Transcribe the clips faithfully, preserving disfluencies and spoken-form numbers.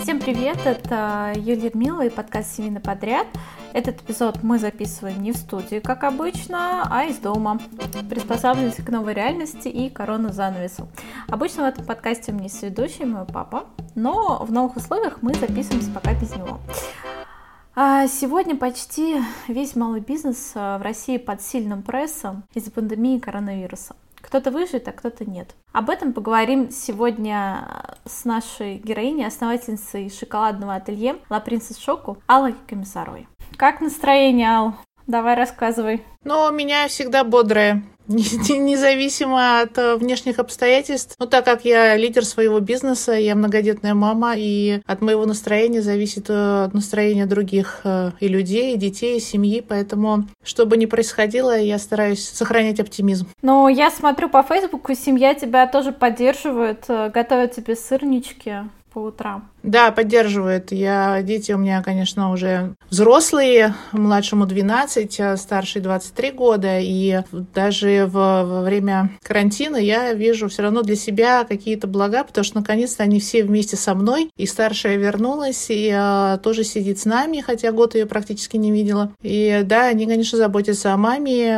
Всем привет, это Юлия Людмила и подкаст «Семейный подряд». Этот эпизод мы записываем не в студии, как обычно, а из дома, приспосабливаясь к новой реальности и коронавирусу. Обычно в этом подкасте у меня есть ведущий, мой папа, но в новых условиях мы записываемся пока без него. Сегодня почти весь малый бизнес в России под сильным прессом из-за пандемии коронавируса. Кто-то выживет, а кто-то нет. Об этом поговорим сегодня с нашей героиней, основательницей шоколадного ателье La Princess Choco Аллой Комиссаровой. Как настроение, Ал? Давай рассказывай. Ну, у меня всегда бодрое, независимо от внешних обстоятельств. Ну, так как я лидер своего бизнеса, я многодетная мама, и от моего настроения зависит настроение других и людей, и детей, и семьи, поэтому, что бы ни происходило, я стараюсь сохранять оптимизм. Ну, я смотрю по Фейсбуку, семья тебя тоже поддерживает, готовят тебе сырнички по утрам. Да, поддерживает. Я, дети у меня, конечно, уже взрослые, младшему двенадцать, а старший двадцать три года, и даже в, во время карантина я вижу все равно для себя какие-то блага, потому что, наконец-то, они все вместе со мной, и старшая вернулась, и а, тоже сидит с нами, хотя год ее практически не видела. И да, они, конечно, заботятся о маме,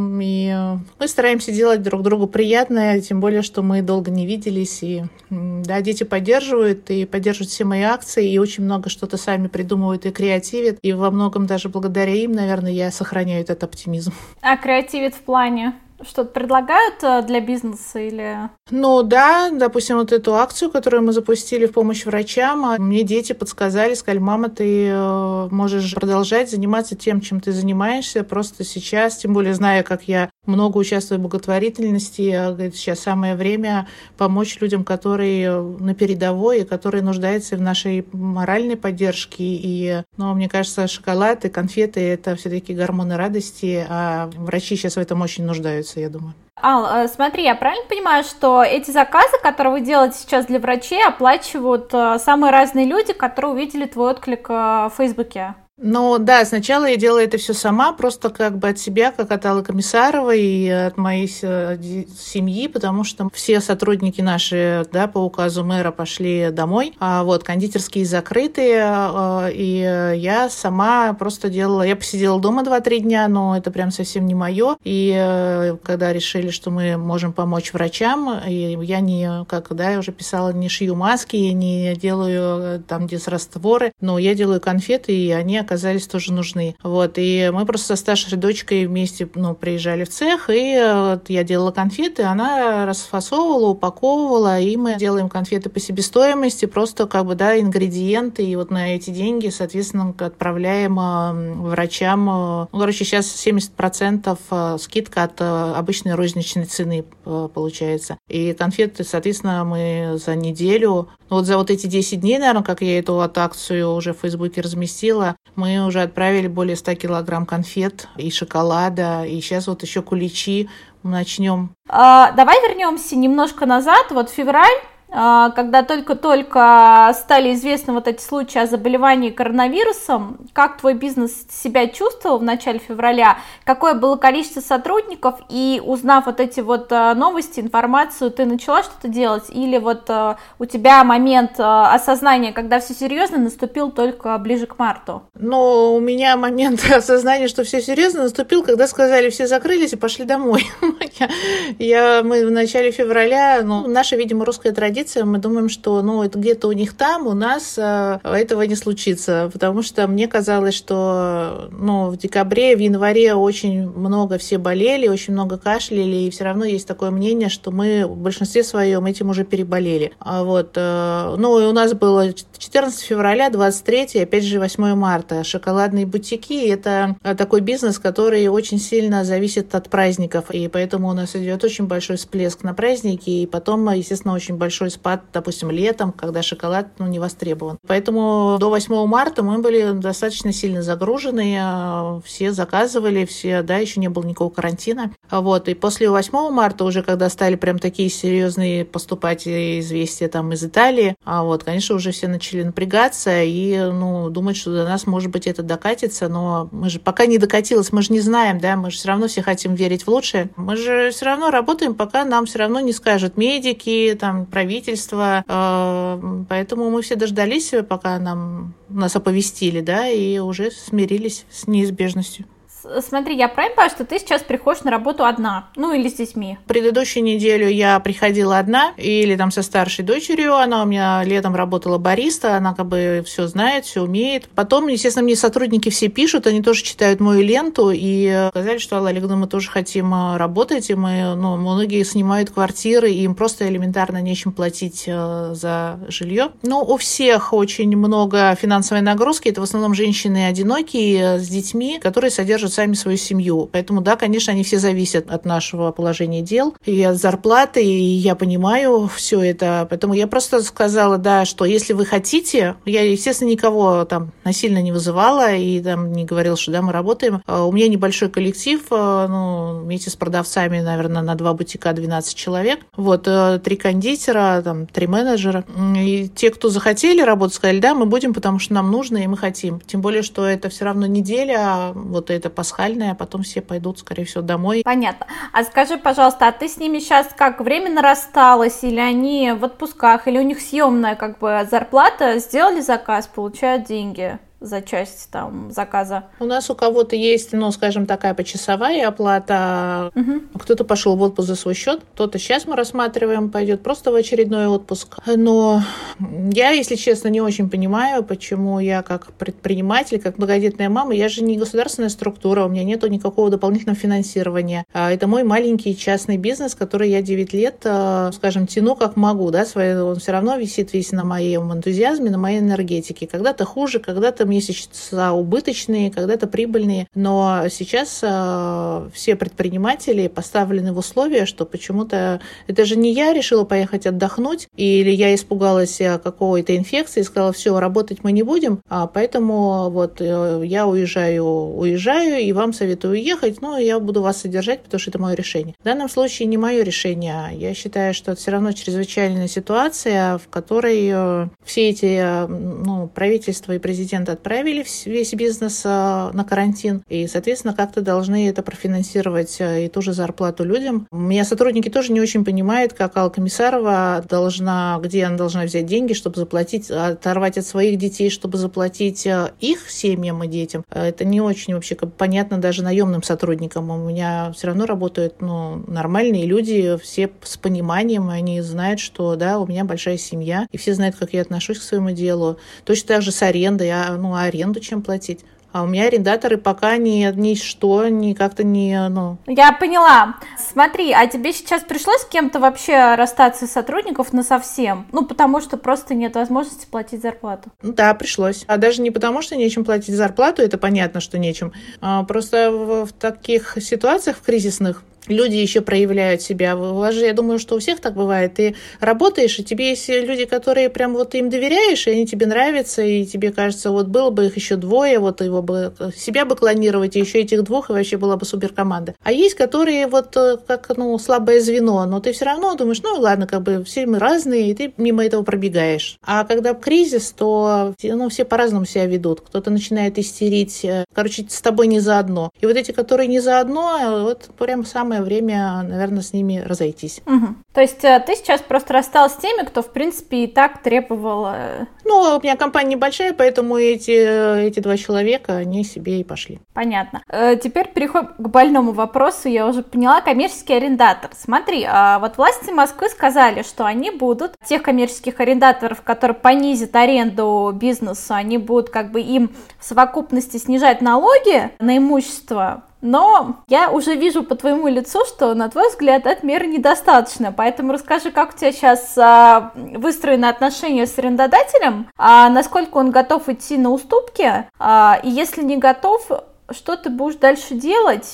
и мы стараемся делать друг другу приятное, тем более, что мы долго не виделись, и да, дети поддерживают, и поддерживают все мои акции, и очень много что-то сами придумывают и креативят, и во многом даже благодаря им, наверное, я сохраняю этот оптимизм. А креативит в плане? Что-то предлагают для бизнеса или... Ну да, допустим, вот эту акцию, которую мы запустили в помощь врачам, мне дети подсказали, сказали: мама, ты можешь продолжать заниматься тем, чем ты занимаешься, просто сейчас, тем более зная, как я много участвую в благотворительности, говорит, сейчас самое время помочь людям, которые на передовой и которые нуждаются в нашей моральной поддержке. И, ну, мне кажется, шоколад и конфеты — это все-таки гормоны радости, а врачи сейчас в этом очень нуждаются, я думаю. Ал, смотри, я правильно понимаю, что эти заказы, которые вы делаете сейчас для врачей, оплачивают самые разные люди, которые увидели твой отклик в Фейсбуке? Ну да, сначала я делала это все сама, просто как бы от себя, как от Аллы Комиссаровой и от моей семьи, потому что все сотрудники наши, да, по указу мэра пошли домой, а вот кондитерские закрытые, и я сама просто делала, я посидела дома два-три дня, но это прям совсем не мое, и когда решили, что мы можем помочь врачам, и я не, как, да, я уже писала, не шью маски, не делаю там дезрастворы, но я делаю конфеты, и они оказались тоже нужны. Вот, и мы просто со старшей дочкой вместе, ну, приезжали в цех, и вот, я делала конфеты, она расфасовывала, упаковывала, и мы делаем конфеты по себестоимости, просто как бы, да, ингредиенты, и вот на эти деньги, соответственно, отправляем э, врачам. Э, ну, короче, сейчас семьдесят процентов скидка от э, обычной розничной цены э, получается. И конфеты, соответственно, мы за неделю, ну, вот за вот эти десять дней, наверное, как я эту вот акцию уже в Фейсбуке разместила, мы уже отправили более ста килограмм конфет и шоколада, и сейчас вот еще куличи начнем. А, давай вернемся немножко назад, вот февраль, когда только-только стали известны вот эти случаи о заболевании коронавирусом. Как твой бизнес себя чувствовал в начале февраля? Какое было количество сотрудников? И узнав вот эти вот новости, информацию, ты начала что-то делать? Или вот у тебя момент осознания, когда все серьезно, наступил только ближе к марту? Ну, у меня момент осознания, что все серьезно, наступил, когда сказали, все закрылись и пошли домой. я, мы в начале февраля, ну, наша, видимо, русская традиция, мы думаем, что, ну, это где-то у них там, у нас а, этого не случится, потому что мне казалось, что, ну, в декабре, в январе очень много все болели, очень много кашляли, и все равно есть такое мнение, что мы в большинстве своем этим уже переболели. А вот, а, ну, и у нас было четырнадцатого февраля, двадцать третьего, опять же, восьмого марта. Шоколадные бутики — это такой бизнес, который очень сильно зависит от праздников, и поэтому у нас идет очень большой всплеск на праздники, и потом, естественно, очень большой спад, допустим, летом, когда шоколад, ну, не востребован. Поэтому до восьмого марта мы были достаточно сильно загружены, все заказывали, все, да, еще не было никакого карантина. Вот, и после восьмого марта уже, когда стали прям такие серьезные поступать известия там из Италии, а вот, конечно, уже все начали напрягаться и, ну, думать, что до нас, может быть, это докатится, но мы же пока не докатилось, мы же не знаем, да, мы же все равно все хотим верить в лучшее. Мы же все равно работаем, пока нам все равно не скажут медики, там, правительство, правительство. Поэтому мы все дождались, пока нам, нас оповестили, да, и уже смирились с неизбежностью. Смотри, я правильно понимаю, что ты сейчас приходишь на работу одна, ну или с детьми? Предыдущую неделю я приходила одна, или там со старшей дочерью, она у меня летом работала бариста, она как бы все знает, все умеет. Потом, естественно, мне сотрудники все пишут, они тоже читают мою ленту и сказали, что, Алла Олеговна, мы тоже хотим работать, и мы, ну, многие снимают квартиры, и им просто элементарно нечем платить за жилье. Но у всех очень много финансовой нагрузки, это в основном женщины одинокие с детьми, которые содержат сами свою семью. Поэтому, да, конечно, они все зависят от нашего положения дел и от зарплаты, и я понимаю все это. Поэтому я просто сказала, да, что если вы хотите, я, естественно, никого там насильно не вызывала и там не говорила, что да, мы работаем. У меня небольшой коллектив, ну, вместе с продавцами, наверное, на два бутика двенадцать человек. Вот, три кондитера, там, три менеджера. И те, кто захотели работать, сказали, да, мы будем, потому что нам нужно, и мы хотим. Тем более, что это все равно неделя, вот это пасхальная, а потом все пойдут, скорее всего, домой. Понятно. А скажи, пожалуйста, а ты с ними сейчас как, временно рассталась, или они в отпусках, или у них съемная как бы зарплата, сделали заказ, получают деньги за часть там заказа? У нас у кого-то есть, ну, скажем, такая почасовая оплата. Угу. Кто-то пошел в отпуск за свой счет, кто-то сейчас мы рассматриваем, пойдет просто в очередной отпуск. Но я, если честно, не очень понимаю, почему я как предприниматель, как многодетная мама, я же не государственная структура, у меня нету никакого дополнительного финансирования. Это мой маленький частный бизнес, который я девять лет, скажем, тяну как могу, да, свой, он все равно висит весь на моем энтузиазме, на моей энергетике. Когда-то хуже, когда-то месяца убыточные, когда-то прибыльные, но сейчас э, все предприниматели поставлены в условия, что почему-то это же не я решила поехать отдохнуть, или я испугалась какой-то инфекции и сказала, все, работать мы не будем, а поэтому вот э, я уезжаю, уезжаю, и вам советую уехать, но я буду вас содержать, потому что это мое решение. В данном случае не мое решение. Я считаю, что это все равно чрезвычайная ситуация, в которой э, все эти э, ну, правительства и президент отправили весь бизнес на карантин, и, соответственно, как-то должны это профинансировать и ту же зарплату людям. У меня сотрудники тоже не очень понимают, как Алла Комиссарова должна, где она должна взять деньги, чтобы заплатить, оторвать от своих детей, чтобы заплатить их семьям и детям. Это не очень вообще понятно даже наемным сотрудникам. У меня все равно работают ну, нормальные люди, все с пониманием, они знают, что да, у меня большая семья, и все знают, как я отношусь к своему делу. Точно так же с арендой. Я, ну, а аренду чем платить? А у меня арендаторы пока ни, ни что, ни как-то не... Ну... Я поняла. Смотри, а тебе сейчас пришлось с кем-то вообще расстаться из сотрудников насовсем? Ну, потому что просто нет возможности платить зарплату. Да, пришлось. А даже не потому, что нечем платить зарплату, это понятно, что нечем. А просто в, в таких ситуациях, в кризисных, люди еще проявляют себя. У вас же, я думаю, что у всех так бывает. Ты работаешь, и тебе есть люди, которые прям вот им доверяешь, и они тебе нравятся, и тебе кажется, вот было бы их еще двое, вот его бы, себя бы клонировать, и еще этих двух, и вообще была бы суперкоманда. А есть, которые вот как, ну, слабое звено, но ты все равно думаешь, ну, ладно, как бы все мы разные, и ты мимо этого пробегаешь. А когда кризис, то, ну, все по-разному себя ведут. Кто-то начинает истерить, короче, с тобой не заодно. И вот эти, которые не заодно, вот прям самое время, наверное, с ними разойтись. Угу. То есть ты сейчас просто рассталась с теми, кто, в принципе, и так требовал... Ну, у меня компания небольшая, поэтому эти, эти два человека, они себе и пошли. Понятно. Теперь переходим к больному вопросу. Я уже поняла, коммерческий арендатор. Смотри, вот власти Москвы сказали, что они будут, тех коммерческих арендаторов, которые понизят аренду бизнесу, они будут как бы им в совокупности снижать налоги на имущество. Но я уже вижу по твоему лицу, что, на твой взгляд, этой меры недостаточно. Поэтому расскажи, как у тебя сейчас а, выстроены отношения с арендодателем, а насколько он готов идти на уступки, а, и если не готов, что ты будешь дальше делать,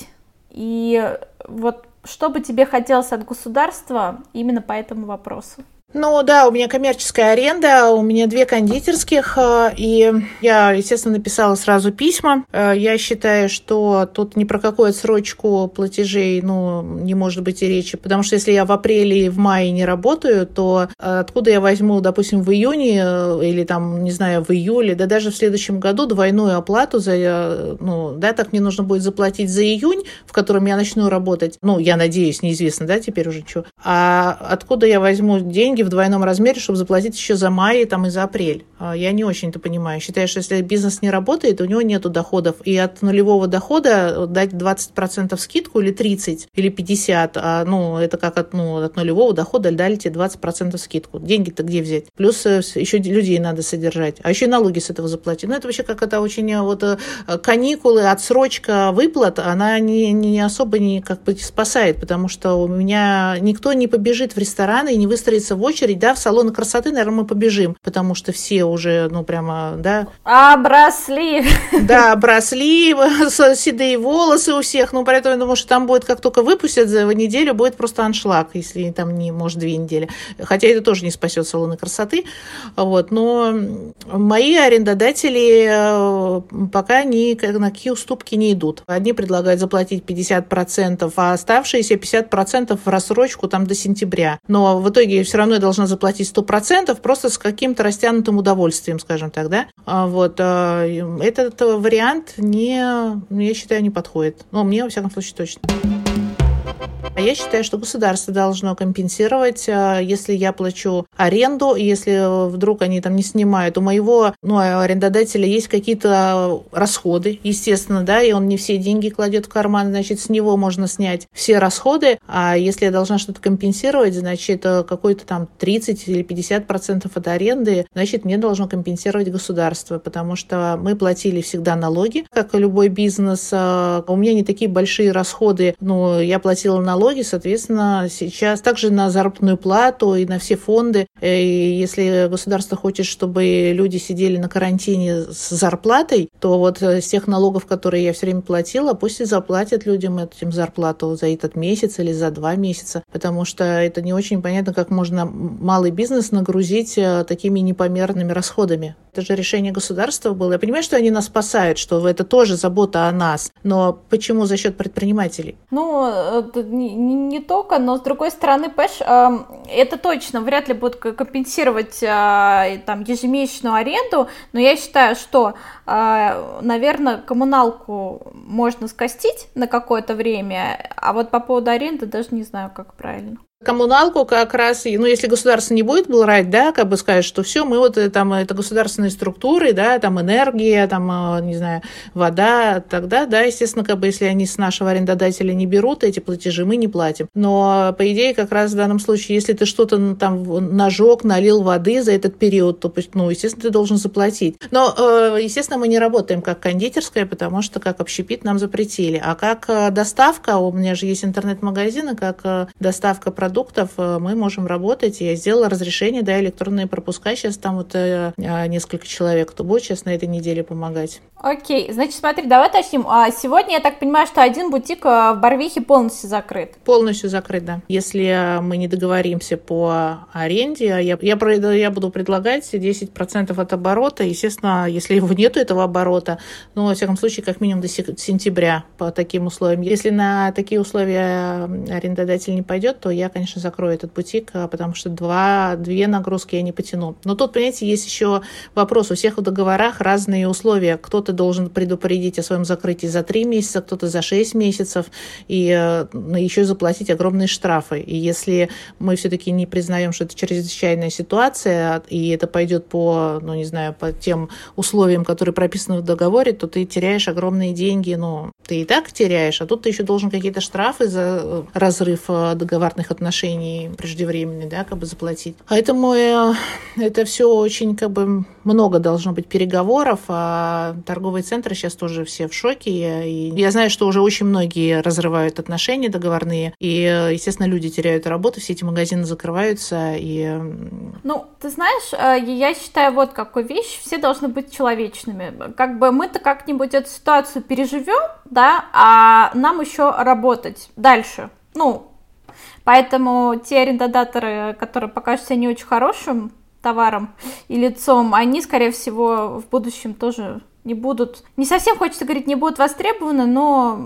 и вот что бы тебе хотелось от государства именно по этому вопросу? Ну да, у меня коммерческая аренда, у меня две кондитерских, и я, естественно, написала сразу письма. Я считаю, что тут ни про какую отсрочку платежей, ну, не может быть и речи, потому что если я в апреле и в мае не работаю, то откуда я возьму, допустим, в июне или там, не знаю, в июле, да даже в следующем году двойную оплату за, ну, да, так мне нужно будет заплатить за июнь, в котором я начну работать, ну, я надеюсь, неизвестно, да, теперь уже что, а откуда я возьму деньги деньги в двойном размере, чтобы заплатить еще за май там, и за апрель. Я не очень это понимаю. Считаю, что если бизнес не работает, у него нет доходов, и от нулевого дохода дать двадцать процентов скидку или тридцать процентов, или пятьдесят процентов, ну, это как от, ну, от нулевого дохода дали тебе двадцать процентов скидку. Деньги-то где взять? Плюс еще людей надо содержать, а еще и налоги с этого заплатить. Ну, это вообще как это очень вот каникулы, отсрочка выплат, она не, не особо не как бы спасает, потому что у меня никто не побежит в рестораны и не выстроится в очередь, да, в салоны красоты, наверное, мы побежим, потому что все уже, ну, прямо, да. Обросли. Да, обросли, седые волосы у всех, ну, поэтому я думаю, что там будет, как только выпустят за неделю, будет просто аншлаг, если там не, может, две недели. Хотя это тоже не спасет салоны красоты, вот, но мои арендодатели пока ни на какие уступки не идут. Одни предлагают заплатить пятьдесят процентов, а оставшиеся пятьдесят процентов в рассрочку там до сентября. Но в итоге все равно я должна заплатить сто процентов просто с каким-то растянутым удовольствием, скажем так, да. Вот, этот вариант не, я считаю, не подходит. Но мне, во всяком случае, точно. А я считаю, что государство должно компенсировать, если я плачу аренду, если вдруг они там не снимают. У моего, ну, арендодателя есть какие-то расходы, естественно, да, и он не все деньги кладет в карман, значит, с него можно снять все расходы, а если я должна что-то компенсировать, значит, какой-то там тридцать или пятьдесят процентов от аренды, значит, мне должно компенсировать государство, потому что мы платили всегда налоги, как и любой бизнес. У меня не такие большие расходы, ну, я платила налоги, соответственно, сейчас также на заработную плату и на все фонды. И если государство хочет, чтобы люди сидели на карантине с зарплатой, то вот с тех налогов, которые я все время платила, пусть и заплатят людям этим зарплату за этот месяц или за два месяца, потому что это не очень понятно, как можно малый бизнес нагрузить такими непомерными расходами. Это же решение государства было. Я понимаю, что они нас спасают, что это тоже забота о нас, но почему за счет предпринимателей? Ну, не, не только, но с другой стороны, понимаешь, это точно вряд ли будут компенсировать там ежемесячную аренду, но я считаю, что, наверное, коммуналку можно скостить на какое-то время, а вот по поводу аренды даже не знаю, как правильно. Коммуналку как раз, ну, если государство не будет брать, да, как бы сказать, что все, мы вот там, это государственные структуры, да, там энергия, там, не знаю, вода, тогда, да, естественно, как бы, если они с нашего арендодателя не берут эти платежи, мы не платим. Но, по идее, как раз в данном случае, если ты что-то там нажег, налил воды за этот период, то, ну, естественно, ты должен заплатить. Но, естественно, мы не работаем как кондитерская, потому что как общепит нам запретили. А как доставка, у меня же есть интернет-магазины, как доставка продуктов, продуктов мы можем работать. Я сделала разрешение, да, электронные пропуска. Сейчас там вот э, несколько человек, кто будет сейчас на этой неделе помогать. Окей, значит, смотри, давай уточним. А сегодня, я так понимаю, что один бутик в Барвихе полностью закрыт? Полностью закрыт, да. Если мы не договоримся по аренде, я, я, я буду предлагать десять процентов от оборота. Естественно, если его нету, этого оборота, ну, во всяком случае, как минимум до сентября по таким условиям. Если на такие условия арендодатель не пойдет, то я, конечно, закрою этот бутик, потому что два, две нагрузки я не потяну. Но тут, понимаете, есть еще вопрос. У всех в договорах разные условия. Кто-то должен предупредить о своем закрытии за три месяца, кто-то за шесть месяцев, и э, еще заплатить огромные штрафы. И если мы все-таки не признаем, что это чрезвычайная ситуация, и это пойдет по, ну, не знаю, по тем условиям, которые прописаны в договоре, то ты теряешь огромные деньги. Ну, ты и так теряешь, а тут ты еще должен какие-то штрафы за разрыв договорных отношений преждевременный, да, как бы заплатить. Поэтому э, это все очень, как бы, много должно быть переговоров, а торговые центры сейчас тоже все в шоке. И я знаю, что уже очень многие разрывают отношения договорные, и, естественно, люди теряют работу, все эти магазины закрываются. И... Ну, ты знаешь, я считаю вот какую вещь, все должны быть человечными. Как бы мы-то как-нибудь эту ситуацию переживем, да, а нам еще работать дальше. Ну, поэтому те арендодаторы, которые покажут себя не очень хорошим товаром и лицом, они, скорее всего, в будущем тоже не будут, не совсем хочется говорить, не будут востребованы, но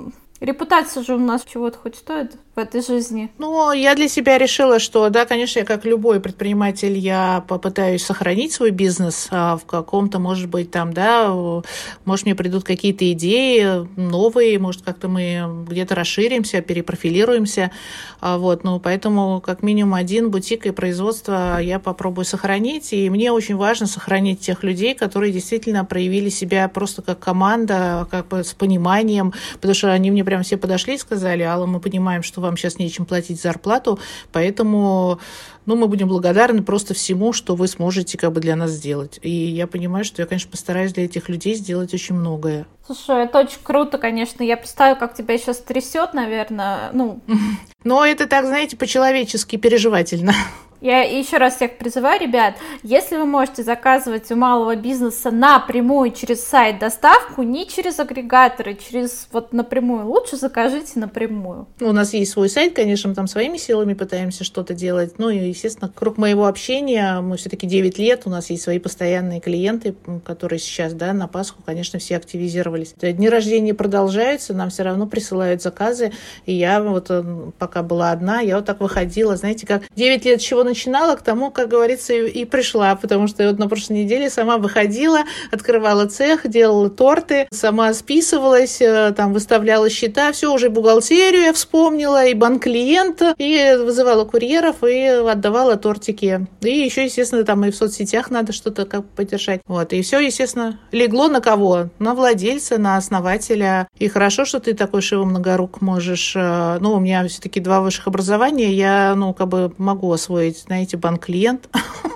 Репутация же у нас чего-то хоть стоит в этой жизни. Ну, я для себя решила, что, да, конечно, я как любой предприниматель, я попытаюсь сохранить свой бизнес, а в каком-то, может быть, там, да, может, мне придут какие-то идеи новые, может, как-то мы где-то расширимся, перепрофилируемся, вот, ну, поэтому как минимум один бутик и производство я попробую сохранить, и мне очень важно сохранить тех людей, которые действительно проявили себя просто как команда, как бы с пониманием, потому что они мне прям все подошли и сказали: Алла, мы понимаем, что вам сейчас нечем платить зарплату, поэтому, ну, мы будем благодарны просто всему, что вы сможете как бы для нас сделать. И я понимаю, что я, конечно, постараюсь для этих людей сделать очень многое. Слушай, это очень круто, конечно. Я представляю, как тебя сейчас трясет, наверное. Ну. Но это так, знаете, по-человечески переживательно. Я еще раз всех призываю, ребят, если вы можете заказывать у малого бизнеса напрямую через сайт доставку, не через агрегаторы, через вот напрямую, лучше закажите напрямую. У нас есть свой сайт, конечно, мы там своими силами пытаемся что-то делать. Ну и, естественно, круг моего общения, мы все-таки девять лет, у нас есть свои постоянные клиенты, которые сейчас, да, на Пасху, конечно, все активизировались. Дни рождения продолжаются, нам все равно присылают заказы. И я вот, пока была одна, я вот так выходила, знаете, как девять лет чего начинала, к тому, как говорится, и, и пришла, потому что я вот на прошлой неделе сама выходила, открывала цех, делала торты, сама списывалась, там выставляла счета, все, уже бухгалтерию я вспомнила, и банк клиента, и вызывала курьеров, и отдавала тортики. И еще, естественно, там и в соцсетях надо что-то как поддержать. Вот, и все, естественно, легло на кого? На владельца, на основателя. И хорошо, что ты такой Шива Многорук можешь. Ну, у меня все-таки два высших образования, я, ну, как бы могу освоить, знаете, банк-клиент.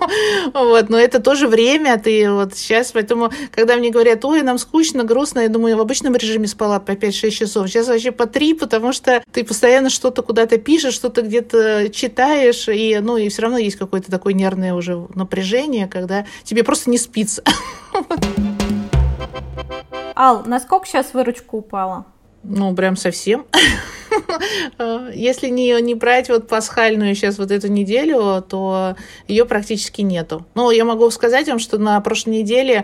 Вот, но это тоже время, ты вот сейчас, поэтому, когда мне говорят: ой, нам скучно, грустно, я думаю, я в обычном режиме спала по пять-шесть часов, сейчас вообще по три, потому что ты постоянно что-то куда-то пишешь, что-то где-то читаешь, и, ну, и все равно есть какое-то такое нервное уже напряжение, когда тебе просто не спится. Ал, насколько сейчас выручка упала? Ну, прям совсем. Если не, не брать вот пасхальную сейчас вот эту неделю, то ее практически нету. Но я могу сказать вам, что на прошлой неделе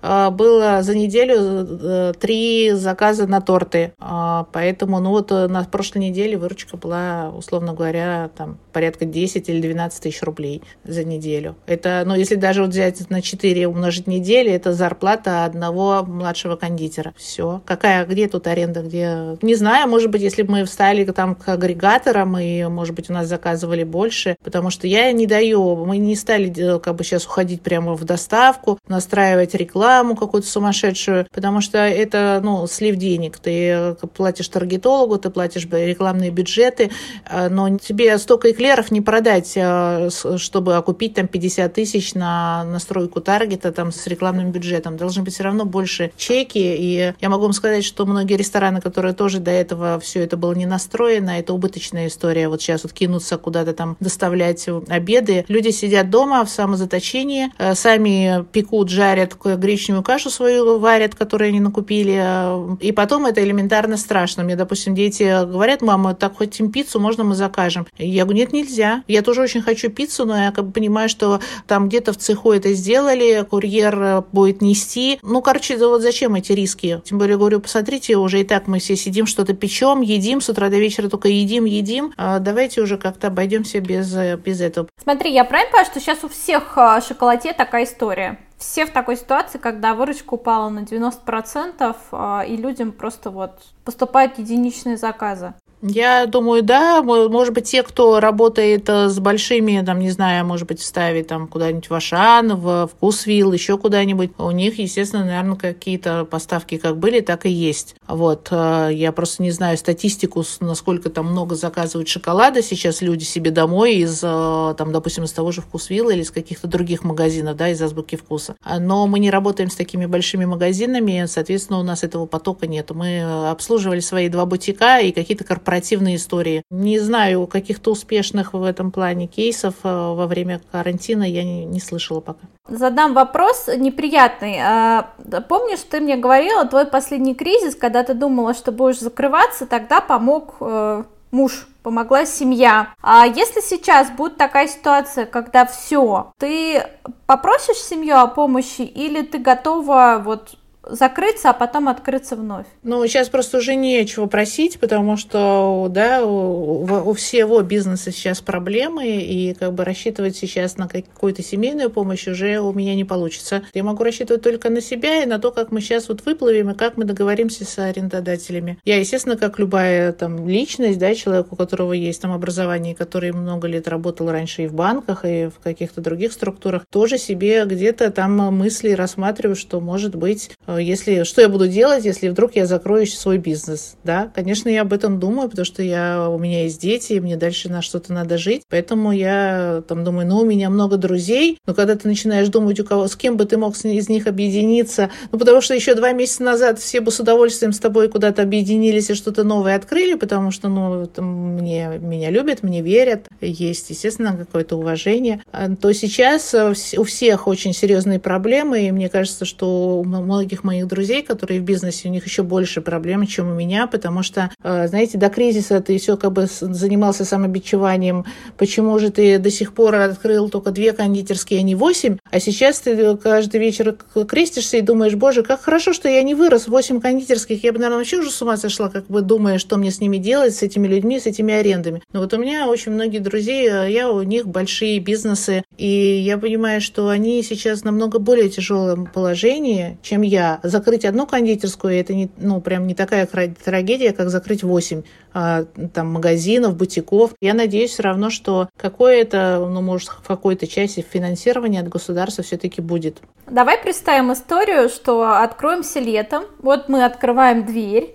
было за неделю три заказа на торты. Поэтому, ну вот на прошлой неделе выручка была, условно говоря, там порядка десять или двенадцать тысяч рублей за неделю. Это, ну, если даже вот взять на четыре умножить недели, это зарплата одного младшего кондитера. Все. Какая, где тут аренда, где... Не знаю, может быть, если бы мы встали там к агрегаторам, и, может быть, у нас заказывали больше, потому что я не даю, мы не стали как бы сейчас уходить прямо в доставку, настраивать рекламу какую-то сумасшедшую, потому что это, ну, слив денег. Ты платишь таргетологу, ты платишь рекламные бюджеты, но тебе столько эклеров не продать, чтобы окупить там пятьдесят тысяч на настройку таргета там с рекламным бюджетом. Должны быть все равно больше чеки, и я могу вам сказать, что многие рестораны, которые тоже до этого все это было не настроено, это убыточная история. Вот сейчас вот кинуться куда-то там доставлять обеды. Люди сидят дома в самозаточении, сами пекут, жарят гречневую кашу свою, варят, которую они накупили, и потом это элементарно страшно. Мне, допустим, дети говорят: мама, так хотим пиццу, можно мы закажем? Я говорю: нет, нельзя. Я тоже очень хочу пиццу, но я как бы понимаю, что там где-то в цеху это сделали, курьер будет нести. Ну, короче, да вот зачем эти риски? Тем более, говорю, посмотрите, уже и так мы все сидим, что-то печем, едим, с утра до вечера только едим, едим. А давайте уже как-то обойдемся без, без этого. Смотри, я правильно понимаю, что сейчас у всех шоколадье такая история? Все в такой ситуации, когда выручка упала на девяносто процентов, и людям просто вот поступают единичные заказы. Я думаю, да. Может быть, те, кто работает с большими, там, не знаю, может быть, вставить там куда-нибудь в Ашан, в Вкусвилл, еще куда-нибудь, у них, естественно, наверное, какие-то поставки как были, так и есть. Вот. Я просто не знаю статистику, насколько там много заказывают шоколада сейчас люди себе домой из, там, допустим, из того же Вкусвилла или из каких-то других магазинов, да, из Азбуки Вкуса. Но мы не работаем с такими большими магазинами, соответственно, у нас этого потока нет. Мы обслуживали свои два бутика и какие-то корпоративные корпоративные истории. Не знаю каких-то успешных в этом плане кейсов во время карантина, я не, не слышала пока. Задам вопрос неприятный. Помнишь, ты мне говорила, твой последний кризис, когда ты думала, что будешь закрываться, тогда помог муж, помогла семья. А если сейчас будет такая ситуация, когда все, ты попросишь семью о помощи или ты готова вот закрыться, а потом открыться вновь? Ну, сейчас просто уже нечего просить, потому что, да, у, у всего бизнеса сейчас проблемы, и как бы рассчитывать сейчас на какую-то семейную помощь уже у меня не получится. Я могу рассчитывать только на себя и на то, как мы сейчас вот выплывем, и как мы договоримся с арендодателями. Я, естественно, как любая там личность, да, человек, у которого есть там образование, который много лет работал раньше и в банках, и в каких-то других структурах, тоже себе где-то там мысли рассматриваю, что, может быть, если, что я буду делать, если вдруг я закрою свой бизнес, да. Конечно, я об этом думаю, потому что я, у меня есть дети, и мне дальше на что-то надо жить, поэтому я там думаю, ну, у меня много друзей, но когда ты начинаешь думать, у кого, с кем бы ты мог из них объединиться, ну, потому что еще два месяца назад все бы с удовольствием с тобой куда-то объединились и что-то новое открыли, потому что, ну, там, мне, меня любят, мне верят, есть, естественно, какое-то уважение, то сейчас у всех очень серьезные проблемы, и мне кажется, что у многих моих друзей, которые в бизнесе, у них еще больше проблем, чем у меня, потому что, знаете, до кризиса ты все как бы занимался самобичеванием, почему же ты до сих пор открыл только две кондитерские, а не восемь, а сейчас ты каждый вечер крестишься и думаешь, боже, как хорошо, что я не вырос, восемь кондитерских, я бы, наверное, вообще уже с ума сошла, как бы думая, что мне с ними делать, с этими людьми, с этими арендами. Но вот у меня очень многие друзей, я у них большие бизнесы, и я понимаю, что они сейчас намного более тяжелом положении, чем я. Закрыть одну кондитерскую, это не, ну, прям не такая трагедия, как закрыть восемь а, там, магазинов, бутиков. Я надеюсь все равно, что какое-то, ну, может, в какой-то части финансирования от государства все-таки будет. Давай представим историю, что откроемся летом. Вот мы открываем дверь.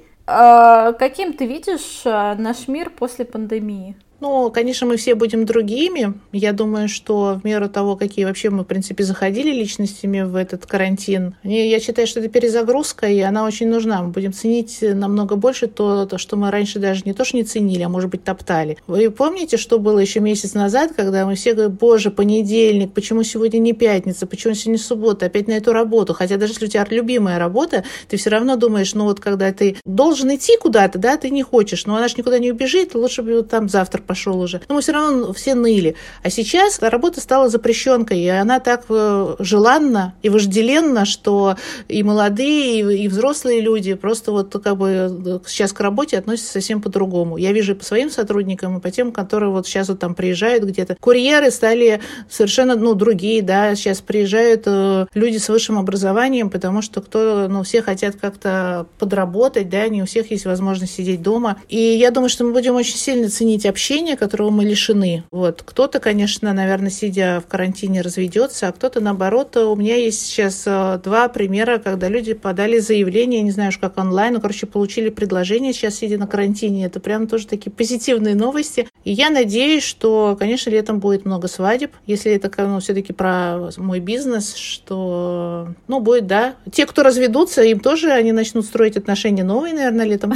А каким ты видишь наш мир после пандемии? Ну, конечно, мы все будем другими. Я думаю, что в меру того, какие вообще мы, в принципе, заходили личностями в этот карантин, я считаю, что это перезагрузка, и она очень нужна. Мы будем ценить намного больше то, то, что мы раньше даже не то, что не ценили, а, может быть, топтали. Вы помните, что было еще месяц назад, когда мы все говорили, боже, понедельник, почему сегодня не пятница, почему сегодня суббота, опять на эту работу? Хотя даже если у тебя любимая работа, ты все равно думаешь, ну вот когда ты должен идти куда-то, да, ты не хочешь, но она же никуда не убежит, лучше бы там завтра пошел уже. Но мы все равно все ныли. А сейчас работа стала запрещенкой, и она так желанна и вожделенна, что и молодые, и взрослые люди просто вот как бы сейчас к работе относятся совсем по-другому. Я вижу и по своим сотрудникам, и по тем, которые вот сейчас вот там приезжают где-то. Курьеры стали совершенно, ну, другие, да, сейчас приезжают люди с высшим образованием, потому что кто, ну, все хотят как-то подработать, да, не у всех есть возможность сидеть дома. И я думаю, что мы будем очень сильно ценить общение, которого мы лишены. Вот. Кто-то, конечно, наверное, сидя в карантине, разведется, а кто-то, наоборот, у меня есть сейчас два примера, когда люди подали заявление, не знаю уж как онлайн, ну, короче, получили предложение сейчас, сидя на карантине. Это прям тоже такие позитивные новости. И я надеюсь, что, конечно, летом будет много свадеб, если это, ну, все-таки про мой бизнес, что, ну, будет, да. Те, кто разведутся, им тоже, они начнут строить отношения новые, наверное, летом.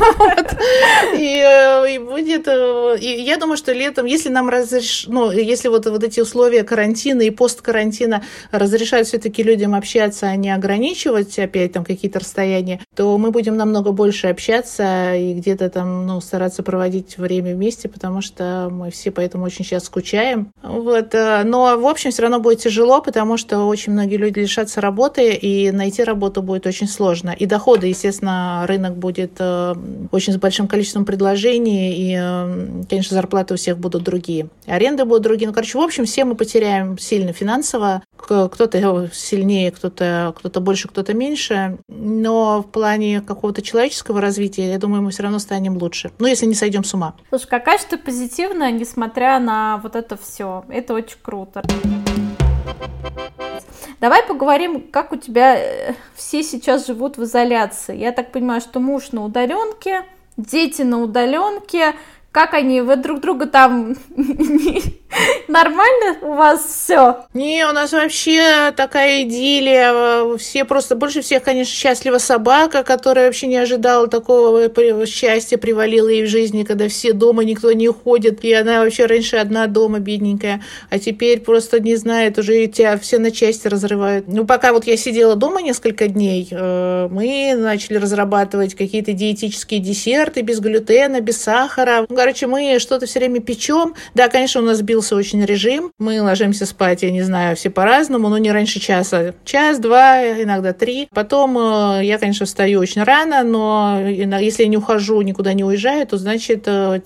И будет... Я думаю, что летом, если нам разреш... ну, если вот, вот эти условия карантина и посткарантина разрешают все-таки людям общаться, а не ограничивать опять там какие-то расстояния, то мы будем намного больше общаться и где-то там, ну, стараться проводить время вместе, потому что мы все поэтому очень сейчас скучаем. Вот. Но, в общем, все равно будет тяжело, потому что очень многие люди лишатся работы, и найти работу будет очень сложно. И доходы, естественно, рынок будет очень с большим количеством предложений, и, конечно, зарплаты у всех будут другие. Аренды будут другие. Ну, короче, в общем, все мы потеряем сильно финансово. Кто-то сильнее, кто-то, кто-то больше, кто-то меньше. Но в плане какого-то человеческого развития, я думаю, мы все равно станем лучше. Ну, если не сойдем с ума. Слушай, какая же ты позитивная, несмотря на вот это все. Это очень круто. Давай поговорим, как у тебя все сейчас живут в изоляции. Я так понимаю, что муж на удаленке, дети на удаленке. Как они, вы друг друга там нормально у вас все? Не, у нас вообще такая идиллия. Все просто, больше всех, конечно, счастлива собака, которая вообще не ожидала такого счастья, привалила ей в жизни, когда все дома, никто не уходит. И она вообще раньше одна дома, бедненькая. А теперь просто не знает, уже тебя все на части разрывают. Ну, пока вот я сидела дома несколько дней, мы начали разрабатывать какие-то диетические десерты без глютена, без сахара. Короче, мы что-то все время печем. Да, конечно, у нас сбился установился очень режим. Мы ложимся спать, я не знаю, все по-разному, но не раньше часа. Час, два, иногда три. Потом я, конечно, встаю очень рано, но если я не ухожу, никуда не уезжаю, то, значит,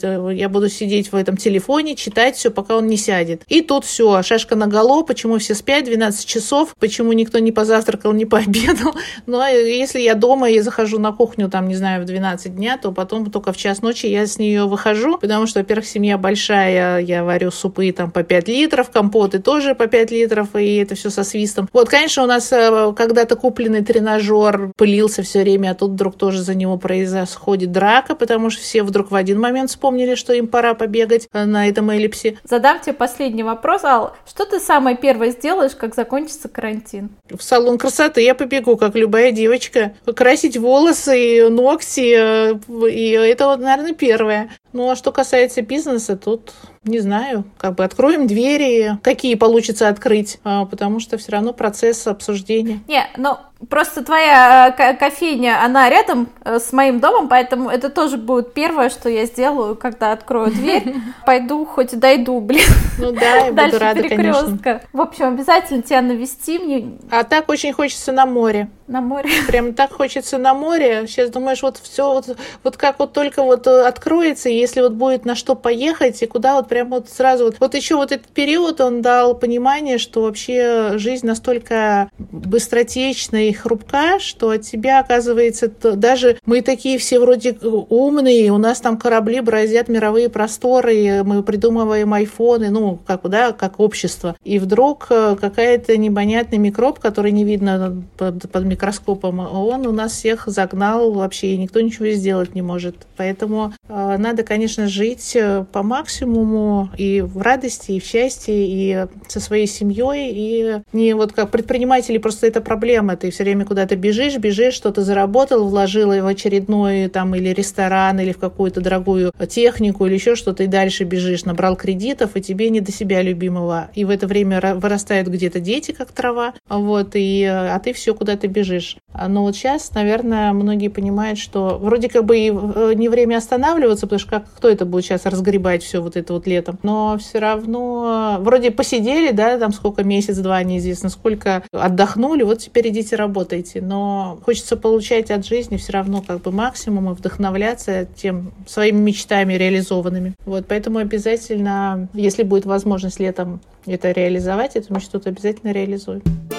я буду сидеть в этом телефоне, читать все, пока он не сядет. И тут все, шашка наголо, почему все спят, двенадцать часов, почему никто не позавтракал, не пообедал. Но если я дома и захожу на кухню, там, не знаю, в двенадцать дня, то потом только в час ночи я с нее выхожу, потому что, во-первых, семья большая, я варю супы там по пять литров, компоты тоже по пять литров, и это все со свистом. Вот, конечно, у нас когда-то купленный тренажер пылился все время, а тут вдруг тоже за него происходит драка, потому что все вдруг в один момент вспомнили, что им пора побегать на этом эллипсе. Задам тебе последний вопрос, Ал. Что ты самое первое сделаешь, как закончится карантин? В салон красоты я побегу, как любая девочка. Красить волосы, ногти, и это, вот, наверное, первое. Ну, а что касается бизнеса, тут... Не знаю, как бы откроем двери, какие получится открыть, потому что все равно процесс обсуждения. Не, ну просто твоя кофейня, она рядом с моим домом, поэтому это тоже будет первое, что я сделаю, когда открою дверь. Пойду, хоть дойду, блин. Ну да, я буду рада, конечно. В общем, обязательно тебя навести мне. А так очень хочется на море. На море. Прям так хочется на море. Сейчас думаешь, вот все, вот, вот как вот только вот откроется, если вот будет на что поехать, и куда вот прям вот сразу вот. Вот еще вот этот период, он дал понимание, что вообще жизнь настолько быстротечна и хрупка, что от тебя, оказывается, даже мы такие все вроде умные, у нас там корабли бороздят мировые просторы, мы придумываем айфоны, ну, как, да, как общество. И вдруг какая-то непонятный микроб, который не видно под, под микроскопом, он у нас всех загнал вообще, и никто ничего сделать не может. Поэтому э, надо, конечно, жить по максимуму и в радости, и в счастье, и со своей семьей, и не вот как предприниматели, просто это проблема. Ты все время куда-то бежишь, бежишь, что-то заработал, вложил в очередной там или ресторан, или в какую-то дорогую технику, или еще что-то, и дальше бежишь, набрал кредитов, и тебе не до себя любимого. И в это время вырастают где-то дети, как трава, вот, и, а ты все куда-то бежишь. Но вот сейчас, наверное, многие понимают, что вроде как бы и не время останавливаться, потому что как, кто это будет сейчас разгребать все вот это вот летом, но все равно вроде посидели, да, там сколько, месяц-два, неизвестно сколько, отдохнули, вот теперь идите работайте, но хочется получать от жизни все равно как бы максимум и вдохновляться тем своими мечтами реализованными. Вот, поэтому обязательно, если будет возможность летом это реализовать, эту мечту, то обязательно реализуем.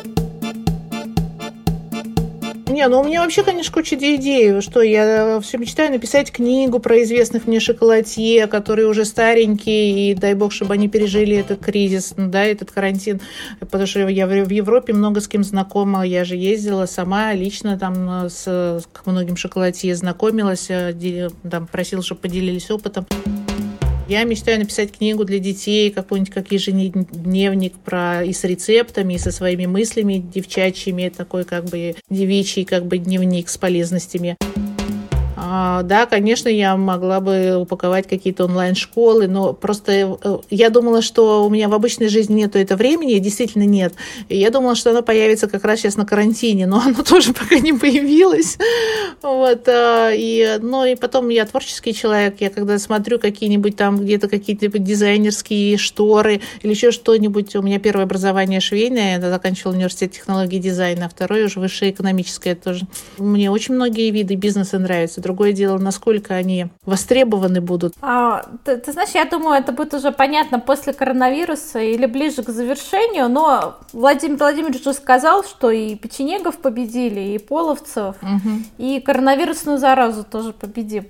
Не, ну у меня вообще, конечно, куча идей, что я все мечтаю написать книгу про известных мне шоколадье, которые уже старенькие, и дай бог, чтобы они пережили этот кризис, ну да, этот карантин, потому что я в Европе много с кем знакома, я же ездила сама лично там с, с многим шоколадье знакомилась, там просила, чтобы поделились опытом. Я мечтаю написать книгу для детей, какой-нибудь как ежедневник про и с рецептами, и со своими мыслями девчачьими, такой как бы девичий как бы дневник с полезностями. А, да, конечно, я могла бы упаковать какие-то онлайн-школы, но просто я думала, что у меня в обычной жизни нету этого времени, и действительно нет. И я думала, что оно появится как раз сейчас на карантине, но оно тоже пока не появилось. Вот, и, ну, и потом я творческий человек, я когда смотрю какие-нибудь там где-то какие-то дизайнерские шторы или еще что-нибудь, у меня первое образование швейное, я заканчивала университет технологий и дизайна, а второе уже высшее экономическое тоже. Мне очень многие виды бизнеса нравятся. Другое дело, насколько они востребованы будут. А, ты, ты знаешь, я думаю, это будет уже понятно после коронавируса или ближе к завершению, но Владимир Владимирович уже сказал, что и печенегов победили, и половцев, угу. и коронавирусную заразу тоже победим.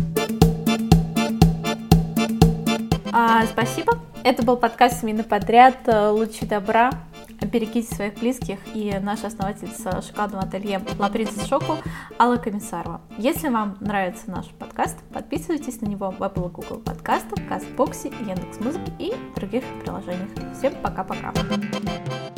А, спасибо. Это был подкаст «Семейный подряд. Лучи добра». Берегите своих близких и наша основательница шоколадного ателье La Princess Choco Алла Комиссарова. Если вам нравится наш подкаст, подписывайтесь на него в Apple и Google подкастах, Кастбоксе, Яндекс.Музыке и других приложениях. Всем пока-пока.